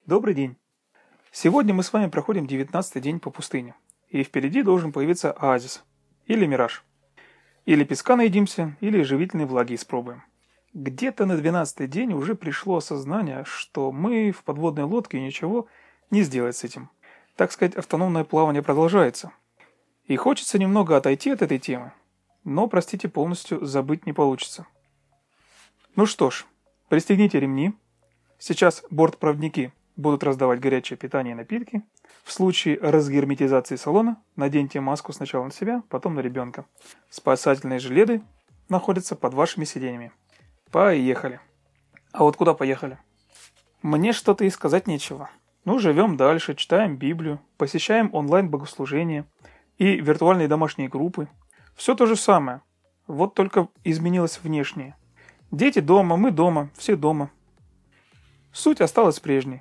Добрый день. Сегодня мы с вами проходим 19-й день по пустыне. И впереди должен появиться оазис. Или мираж. Или песка наедимся, или живительной влаги испробуем. Где-то на 12-й день уже пришло осознание, что мы в подводной лодке ничего не сделать с этим. Так сказать, автономное плавание продолжается. И хочется немного отойти от этой темы, но, простите, полностью забыть не получится. Ну что ж, пристегните ремни. Сейчас бортпроводники будут раздавать горячее питание и напитки. В случае разгерметизации салона наденьте маску сначала на себя, потом на ребенка. Спасательные жилеты находятся под вашими сиденьями. Поехали. А вот куда поехали? Мне что-то и сказать нечего. Ну, живем дальше, читаем Библию, посещаем онлайн-богослужения и виртуальные домашние группы. Все то же самое, вот только изменилось внешнее. Дети дома, мы дома, все дома. Суть осталась прежней.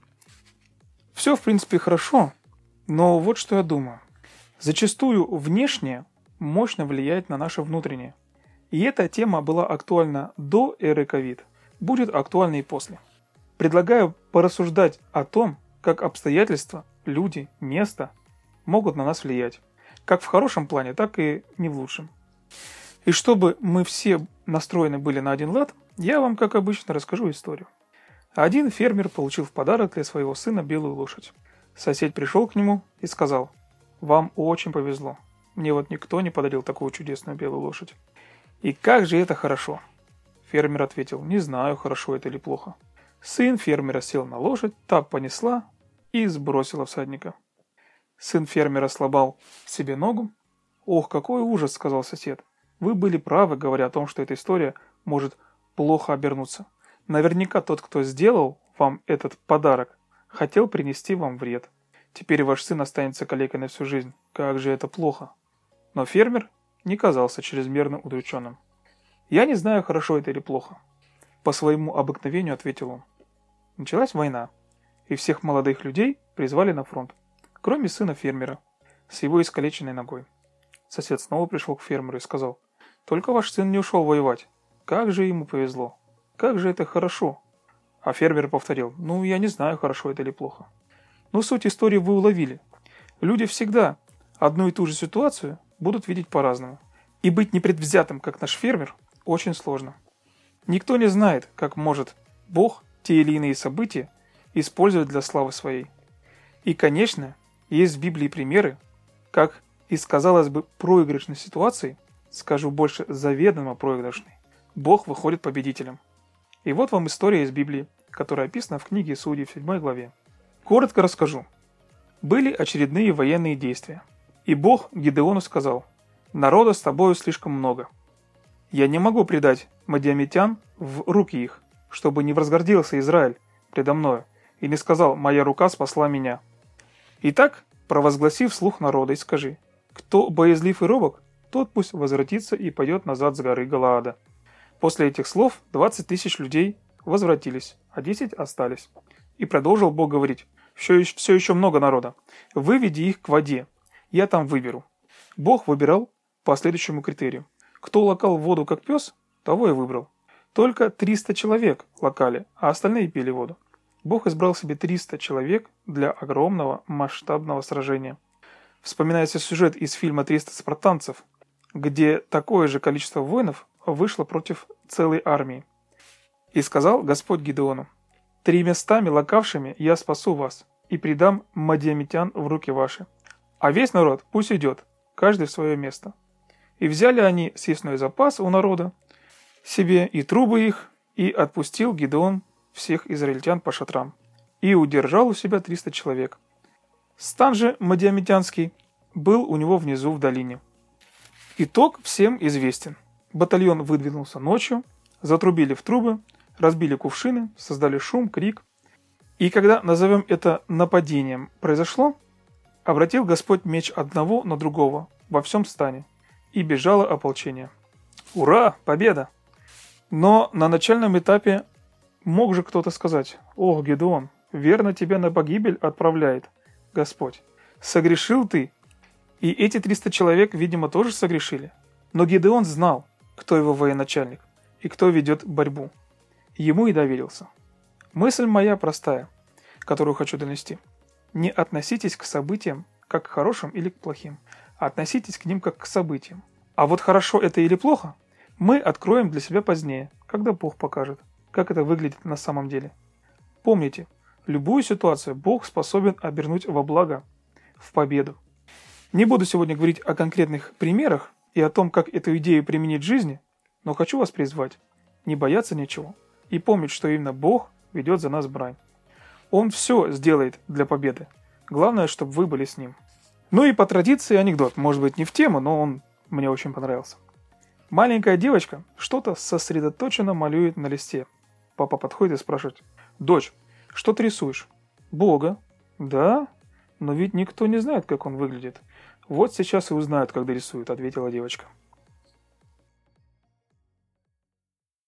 Все, в принципе, хорошо, но вот что я думаю. Зачастую внешнее мощно влияет на наше внутреннее. И эта тема была актуальна до эры ковид, будет актуальна и после. Предлагаю порассуждать о том, как обстоятельства, люди, место могут на нас влиять. Как в хорошем плане, так и не в лучшем. И чтобы мы все настроены были на один лад, я вам, как обычно, расскажу историю. Один фермер получил в подарок для своего сына белую лошадь. Сосед пришел к нему и сказал: «Вам очень повезло. Мне вот никто не подарил такую чудесную белую лошадь». «И как же это хорошо!» Фермер ответил: «Не знаю, хорошо это или плохо». Сын фермера сел на лошадь, та понесла и сбросила всадника. Сын фермера сломал себе ногу. «Ох, какой ужас!» — сказал сосед. «Вы были правы, говоря о том, что эта история может плохо обернуться. Наверняка тот, кто сделал вам этот подарок, хотел принести вам вред. Теперь ваш сын останется калекой на всю жизнь. Как же это плохо!» Но фермер не казался чрезмерно удрученным. «Я не знаю, хорошо это или плохо», — по своему обыкновению ответил он. Началась война, и всех молодых людей призвали на фронт, кроме сына фермера, с его искалеченной ногой. Сосед снова пришел к фермеру и сказал: «Только ваш сын не ушел воевать. Как же ему повезло! Как же это хорошо!» А фермер повторил: «Ну, я не знаю, хорошо это или плохо». Но суть истории вы уловили. Люди всегда одну и ту же ситуацию будут видеть по-разному. И быть непредвзятым, как наш фермер, очень сложно. Никто не знает, как может Бог те или иные события использовать для славы своей. И, конечно, есть в Библии примеры, как из, казалось бы, проигрышной ситуации, скажу больше, заведомо проигрышной, Бог выходит победителем. И вот вам история из Библии, которая описана в книге Судей в 7 главе. Коротко расскажу. Были очередные военные действия. И Бог Гидеону сказал: «Народа с тобою слишком много. Я не могу предать мадиамитян в руки их, чтобы не возгордился Израиль предо мною и не сказал: моя рука спасла меня. Итак, провозгласи вслух народа и скажи: кто боязлив и робок, тот пусть возвратится и пойдет назад с горы Галаада». После этих слов 20 тысяч людей возвратились, а 10 остались. И продолжил Бог говорить: все еще много народа. Выведи их к воде, я там выберу. Бог выбирал по следующему критерию. Кто лакал воду как пес, того и выбрал. Только 300 человек лакали, а остальные пили воду. Бог избрал себе 300 человек для огромного масштабного сражения. Вспоминается сюжет из фильма «300 спартанцев», где такое же количество воинов вышло против целой армии. И сказал Господь Гидеону: 300 лакавшими я спасу вас и предам мадиамитян в руки ваши. А весь народ пусть идет, каждый в свое место. И взяли они съестной запас у народа себе и трубы их, и отпустил Гидеон всех израильтян по шатрам, и удержал у себя 300 человек. Стан же мадиамитянский был у него внизу в долине. Итог всем известен. Батальон выдвинулся ночью, затрубили в трубы, разбили кувшины, создали шум, крик. И когда, назовем это нападением, произошло, обратил Господь меч одного на другого во всем стане, и бежало ополчение. Ура! Победа! Но на начальном этапе мог же кто-то сказать: «Ох, Гидеон, верно тебя на погибель отправляет Господь. Согрешил ты». И эти 300 человек, видимо, тоже согрешили. Но Гидеон знал, кто его военачальник и кто ведет борьбу. Ему и доверился. Мысль моя простая. которую хочу донести. Не относитесь к событиям как к хорошим или к плохим, а относитесь к ним как к событиям. А вот хорошо это или плохо, мы откроем для себя позднее, когда Бог покажет, как это выглядит на самом деле. Помните, любую ситуацию Бог способен обернуть во благо, в победу. Не буду сегодня говорить о конкретных примерах и о том, как эту идею применить в жизни, но хочу вас призвать не бояться ничего и помнить, что именно Бог ведет за нас брань. Он все сделает для победы. Главное, чтобы вы были с Ним. Ну и по традиции анекдот. Может быть, не в тему, но он мне очень понравился. Маленькая девочка что-то сосредоточенно малюет на листе. Папа подходит и спрашивает: «Дочь, что ты рисуешь?» «Бога». «Да? Но ведь никто не знает, как он выглядит». «Вот сейчас и узнают, когда рисуют», — ответила девочка.